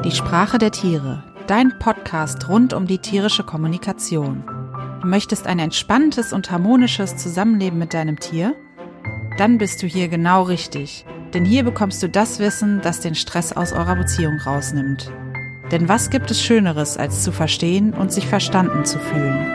Die Sprache der Tiere, dein Podcast rund um die tierische Kommunikation. Du möchtest ein entspanntes und harmonisches Zusammenleben mit deinem Tier? Dann bist du hier genau richtig, denn hier bekommst du das Wissen, das den Stress aus eurer Beziehung rausnimmt. Denn was gibt es Schöneres, als zu verstehen und sich verstanden zu fühlen?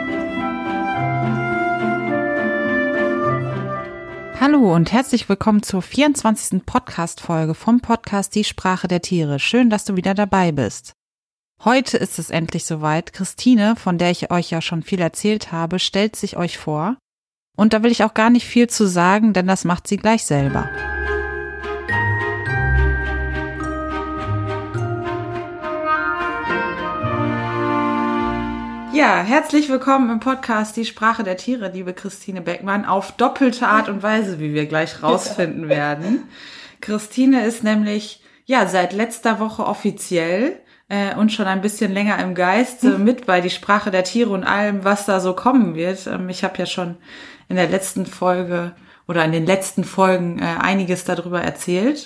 Hallo und herzlich willkommen zur 24. Podcast-Folge vom Podcast Die Sprache der Tiere. Schön, dass du wieder dabei bist. Heute ist es endlich soweit. Christine, von der ich euch ja schon viel erzählt habe, stellt sich euch vor. Und da will ich auch gar nicht viel zu sagen, denn das macht sie gleich selber. Ja, herzlich willkommen im Podcast Die Sprache der Tiere, liebe Christine Beckmann, auf doppelte Art und Weise, wie wir gleich rausfinden werden. Christine ist nämlich seit letzter Woche offiziell und schon ein bisschen länger im Geist mit bei Die Sprache der Tiere und allem, was da so kommen wird. Ich habe ja schon in der letzten Folge oder in den letzten Folgen einiges darüber erzählt.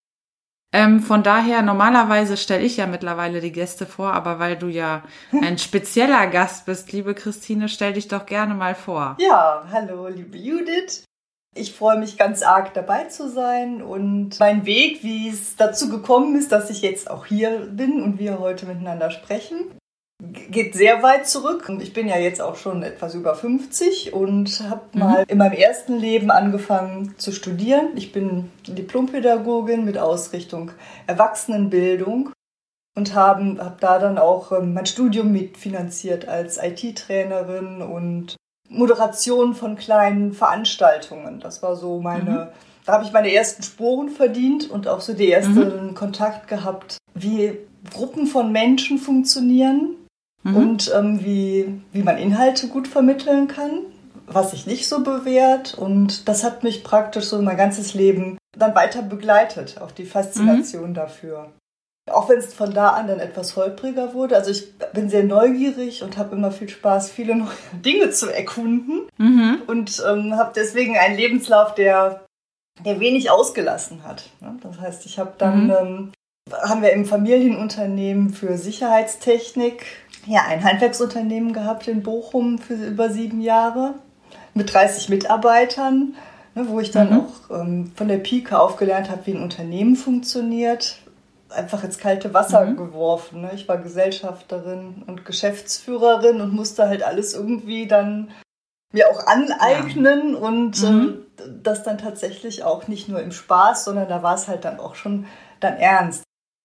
Von daher, normalerweise stelle ich ja mittlerweile die Gäste vor, aber weil du ja ein spezieller Gast bist, liebe Christine, stell dich doch gerne mal vor. Ja, hallo, liebe Judith. Ich freue mich ganz arg dabei zu sein und mein Weg, wie es dazu gekommen ist, dass ich jetzt auch hier bin und wir heute miteinander sprechen, geht sehr weit zurück. Ich bin ja jetzt auch schon etwas über 50 und habe mal in meinem ersten Leben angefangen zu studieren. Ich bin Diplompädagogin mit Ausrichtung Erwachsenenbildung und habe da dann auch mein Studium mitfinanziert als IT-Trainerin und Moderation von kleinen Veranstaltungen. Das war so da habe ich meine ersten Sporen verdient und auch so den ersten Kontakt gehabt, wie Gruppen von Menschen funktionieren. Und wie man Inhalte gut vermitteln kann, was sich nicht so bewährt. Und das hat mich praktisch so mein ganzes Leben dann weiter begleitet, auch die Faszination dafür. Auch wenn es von da an dann etwas holpriger wurde. Also ich bin sehr neugierig und habe immer viel Spaß, viele neue Dinge zu erkunden. Und habe deswegen einen Lebenslauf, der wenig ausgelassen hat. Das heißt, ich habe dann... haben wir im Familienunternehmen für Sicherheitstechnik ein Handwerksunternehmen gehabt in Bochum für über 7 Jahre mit 30 Mitarbeitern, wo ich dann auch von der Pike auf gelernt habe, wie ein Unternehmen funktioniert. Einfach ins kalte Wasser geworfen. Ich war Gesellschafterin und Geschäftsführerin und musste halt alles irgendwie dann mir auch aneignen und das dann tatsächlich auch nicht nur im Spaß, sondern da war es halt dann auch schon dann ernst.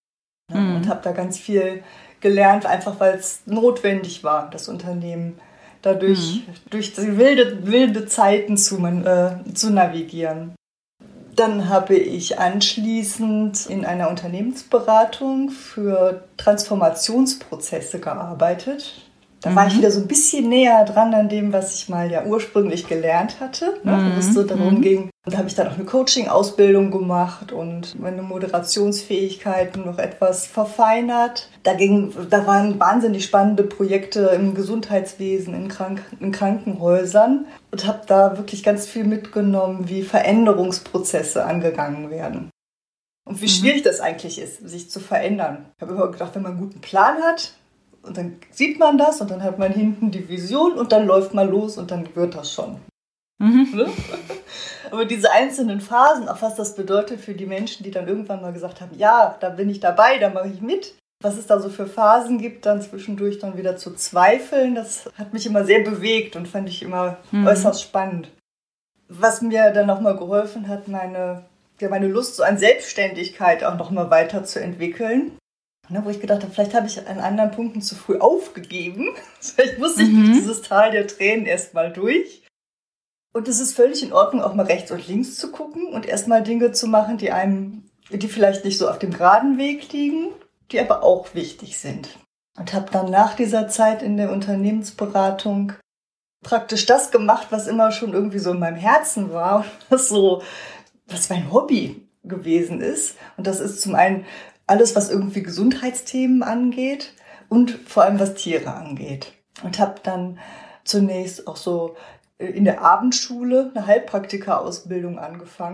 Und habe da ganz viel gelernt, einfach weil es notwendig war, das Unternehmen dadurch durch die wilde Zeiten zu navigieren. Dann habe ich anschließend in einer Unternehmensberatung für Transformationsprozesse gearbeitet. Da war ich wieder so ein bisschen näher dran an dem, was ich mal ursprünglich gelernt hatte, wo es so darum ging. Und da habe ich dann auch eine Coaching-Ausbildung gemacht und meine Moderationsfähigkeiten noch etwas verfeinert. Da waren wahnsinnig spannende Projekte im Gesundheitswesen, in Krankenhäusern und habe da wirklich ganz viel mitgenommen, wie Veränderungsprozesse angegangen werden. Und wie schwierig das eigentlich ist, sich zu verändern. Ich habe immer gedacht, wenn man einen guten Plan hat, und dann sieht man das und dann hat man hinten die Vision und dann läuft man los und dann wird das schon. Aber diese einzelnen Phasen, auch was das bedeutet für die Menschen, die dann irgendwann mal gesagt haben, ja, da bin ich dabei, da mache ich mit. Was es da so für Phasen gibt, dann zwischendurch dann wieder zu zweifeln, das hat mich immer sehr bewegt und fand ich immer äußerst spannend. Was mir dann nochmal geholfen hat, meine Lust so an Selbstständigkeit auch nochmal weiterzuentwickeln. Wo ich gedacht habe, vielleicht habe ich an anderen Punkten zu früh aufgegeben. Vielleicht musste ich durch dieses Tal der Tränen erstmal durch. Und es ist völlig in Ordnung, auch mal rechts und links zu gucken und erstmal Dinge zu machen, die vielleicht nicht so auf dem geraden Weg liegen, die aber auch wichtig sind. Und habe dann nach dieser Zeit in der Unternehmensberatung praktisch das gemacht, was immer schon irgendwie so in meinem Herzen war, was mein Hobby gewesen ist. Und das ist zum einen alles, was irgendwie Gesundheitsthemen angeht und vor allem, was Tiere angeht. Und habe dann zunächst auch so in der Abendschule eine Heilpraktika-Ausbildung angefangen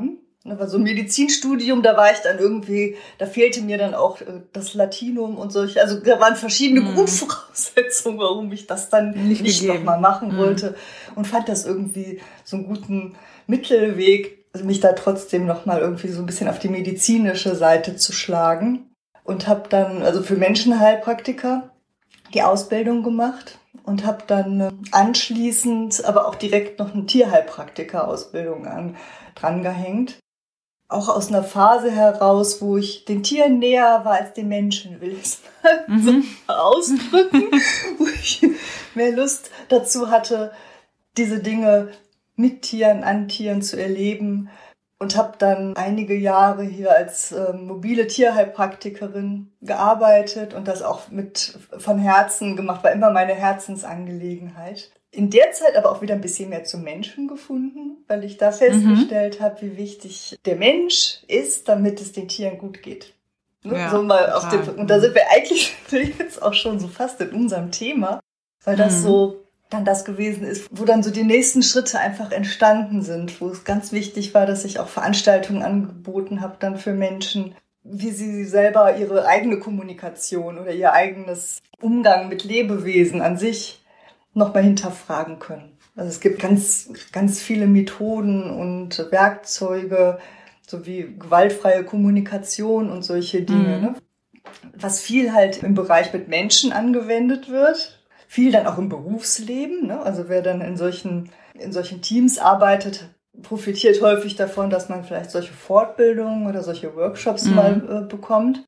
war so ein Medizinstudium, da war ich dann irgendwie, da fehlte mir dann auch das Latinum und solche, also da waren verschiedene Grundvoraussetzungen, warum ich das dann nicht nochmal machen wollte und fand das irgendwie so einen guten Mittelweg, also mich da trotzdem nochmal irgendwie so ein bisschen auf die medizinische Seite zu schlagen und habe dann, also für Menschenheilpraktiker die Ausbildung gemacht und habe dann anschließend aber auch direkt noch eine Tierheilpraktiker-Ausbildung dran gehängt. Auch aus einer Phase heraus, wo ich den Tieren näher war als den Menschen, will ich es mal so ausdrücken, wo ich mehr Lust dazu hatte, diese Dinge mit Tieren, an Tieren zu erleben und habe dann einige Jahre hier als mobile Tierheilpraktikerin gearbeitet und das auch von Herzen gemacht, war immer meine Herzensangelegenheit. In der Zeit aber auch wieder ein bisschen mehr zum Menschen gefunden, weil ich da festgestellt habe, wie wichtig der Mensch ist, damit es den Tieren gut geht. Ja, so mal und da sind wir eigentlich jetzt auch schon so fast in unserem Thema, weil das so dann das gewesen ist, wo dann so die nächsten Schritte einfach entstanden sind, wo es ganz wichtig war, dass ich auch Veranstaltungen angeboten habe dann für Menschen, wie sie selber ihre eigene Kommunikation oder ihr eigenes Umgang mit Lebewesen an sich nochmal hinterfragen können. Also es gibt ganz, ganz viele Methoden und Werkzeuge, so wie gewaltfreie Kommunikation und solche Dinge, ne? Was viel halt im Bereich mit Menschen angewendet wird, viel dann auch im Berufsleben, ne? Also wer dann in solchen Teams arbeitet, profitiert häufig davon, dass man vielleicht solche Fortbildungen oder solche Workshops mal bekommt.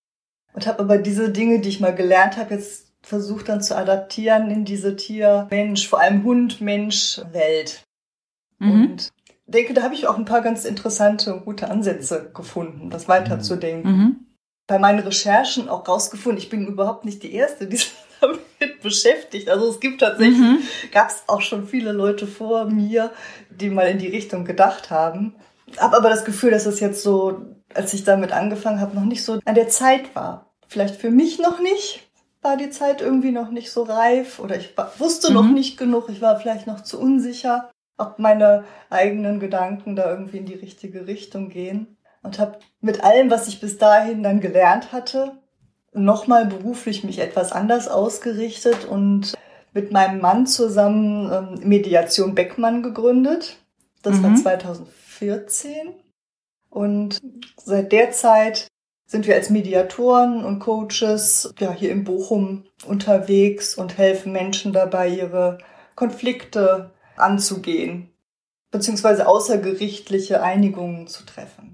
Und habe aber diese Dinge, die ich mal gelernt habe, jetzt versucht dann zu adaptieren in diese Tier-Mensch, vor allem Hund-Mensch-Welt. Und denke, da habe ich auch ein paar ganz interessante und gute Ansätze gefunden, das weiterzudenken. Bei meinen Recherchen auch rausgefunden, ich bin überhaupt nicht die Erste, die sich damit beschäftigt. Also es gibt tatsächlich, gab es auch schon viele Leute vor mir, die mal in die Richtung gedacht haben. Habe aber das Gefühl, dass es jetzt so, als ich damit angefangen habe, noch nicht so an der Zeit war. Vielleicht für mich noch nicht, war die Zeit irgendwie noch nicht so reif oder ich wusste noch nicht genug, ich war vielleicht noch zu unsicher, ob meine eigenen Gedanken da irgendwie in die richtige Richtung gehen. Und habe mit allem, was ich bis dahin dann gelernt hatte, nochmal beruflich mich etwas anders ausgerichtet und mit meinem Mann zusammen Mediation Beckmann gegründet. Das war 2014. Und seit der Zeit sind wir als Mediatoren und Coaches hier in Bochum unterwegs und helfen Menschen dabei, ihre Konflikte anzugehen, beziehungsweise außergerichtliche Einigungen zu treffen.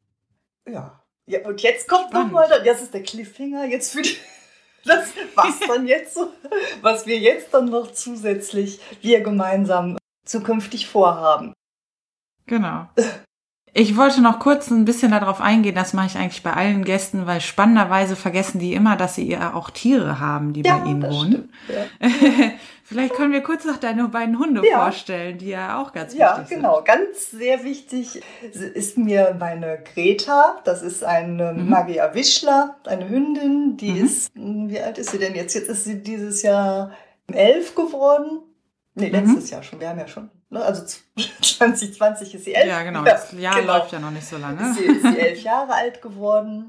Ja, und jetzt kommt nochmal, das ist der Cliffhanger, jetzt für das, was dann jetzt so, was wir jetzt dann noch zusätzlich, wir gemeinsam zukünftig vorhaben. Genau. Ich wollte noch kurz ein bisschen darauf eingehen, das mache ich eigentlich bei allen Gästen, weil spannenderweise vergessen die immer, dass sie ja auch Tiere haben, die bei ihnen wohnen. Stimmt, ja. Vielleicht können wir kurz noch deine beiden Hunde vorstellen, die ja auch ganz wichtig sind. Ja, genau. Ganz sehr wichtig ist mir meine Greta. Das ist eine Magia Wischler, eine Hündin. Die ist, wie alt ist sie denn jetzt? Jetzt ist sie dieses Jahr 11 geworden. Nee, letztes Jahr schon. Wir haben ja schon, ne? Also 2020 ist sie 11. Ja, genau. Das Jahr läuft ja noch nicht so lange. Ist sie 11 Jahre alt geworden.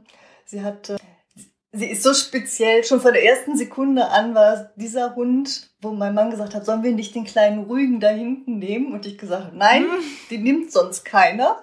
Sie ist so speziell, schon von der ersten Sekunde an war dieser Hund, wo mein Mann gesagt hat, sollen wir nicht den kleinen Rügen da hinten nehmen? Und ich gesagt habe, nein, die nimmt sonst keiner.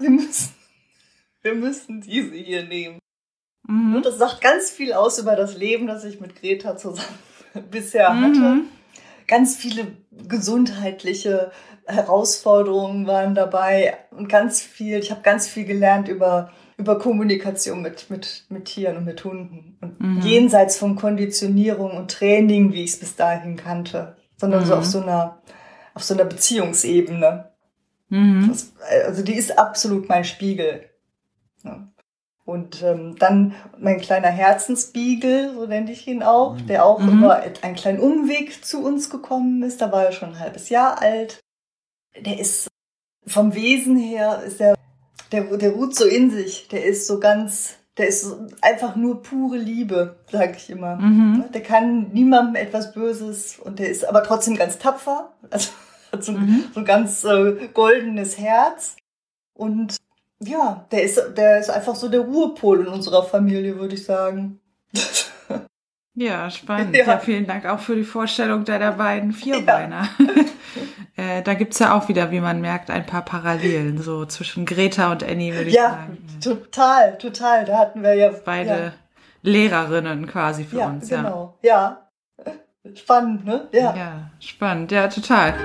Wir müssen diese hier nehmen. Und das sagt ganz viel aus über das Leben, das ich mit Greta zusammen bisher hatte. Ganz viele gesundheitliche Herausforderungen waren dabei und ich habe ganz viel gelernt über Kommunikation mit Tieren und mit Hunden. Und jenseits von Konditionierung und Training, wie ich es bis dahin kannte, sondern so auf so einer Beziehungsebene. Also die ist absolut mein Spiegel. Ja. Und dann mein kleiner Herzensbeagle, so nenne ich ihn auch, der auch über einen kleinen Umweg zu uns gekommen ist. Da war er schon ein halbes Jahr alt. Der ist vom Wesen her, der ruht so in sich. Der ist einfach nur pure Liebe, sage ich immer. Der kann niemandem etwas Böses und der ist aber trotzdem ganz tapfer. Also hat so ein ganz goldenes Herz. Und Ja, der ist einfach so der Ruhepol in unserer Familie, würde ich sagen. Ja, spannend. Ja, vielen Dank auch für die Vorstellung deiner beiden Vierbeiner. Ja. Da gibt's ja auch wieder, wie man merkt, ein paar Parallelen, so zwischen Greta und Annie, würde ich sagen. Ja, total. Da hatten wir ja beide Lehrerinnen quasi für uns. Ja, genau. Ja, spannend, ne? Ja, spannend. Ja, total.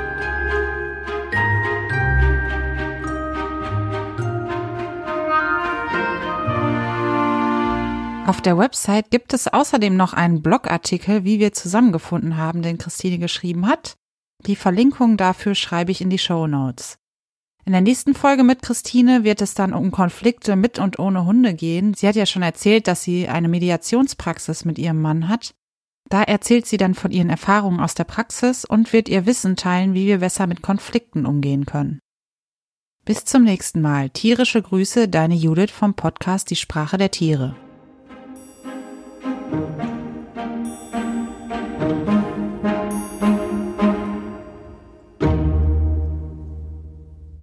Auf der Website gibt es außerdem noch einen Blogartikel, wie wir zusammengefunden haben, den Christine geschrieben hat. Die Verlinkung dafür schreibe ich in die Shownotes. In der nächsten Folge mit Christine wird es dann um Konflikte mit und ohne Hunde gehen. Sie hat ja schon erzählt, dass sie eine Mediationspraxis mit ihrem Mann hat. Da erzählt sie dann von ihren Erfahrungen aus der Praxis und wird ihr Wissen teilen, wie wir besser mit Konflikten umgehen können. Bis zum nächsten Mal. Tierische Grüße, deine Judith vom Podcast Die Sprache der Tiere.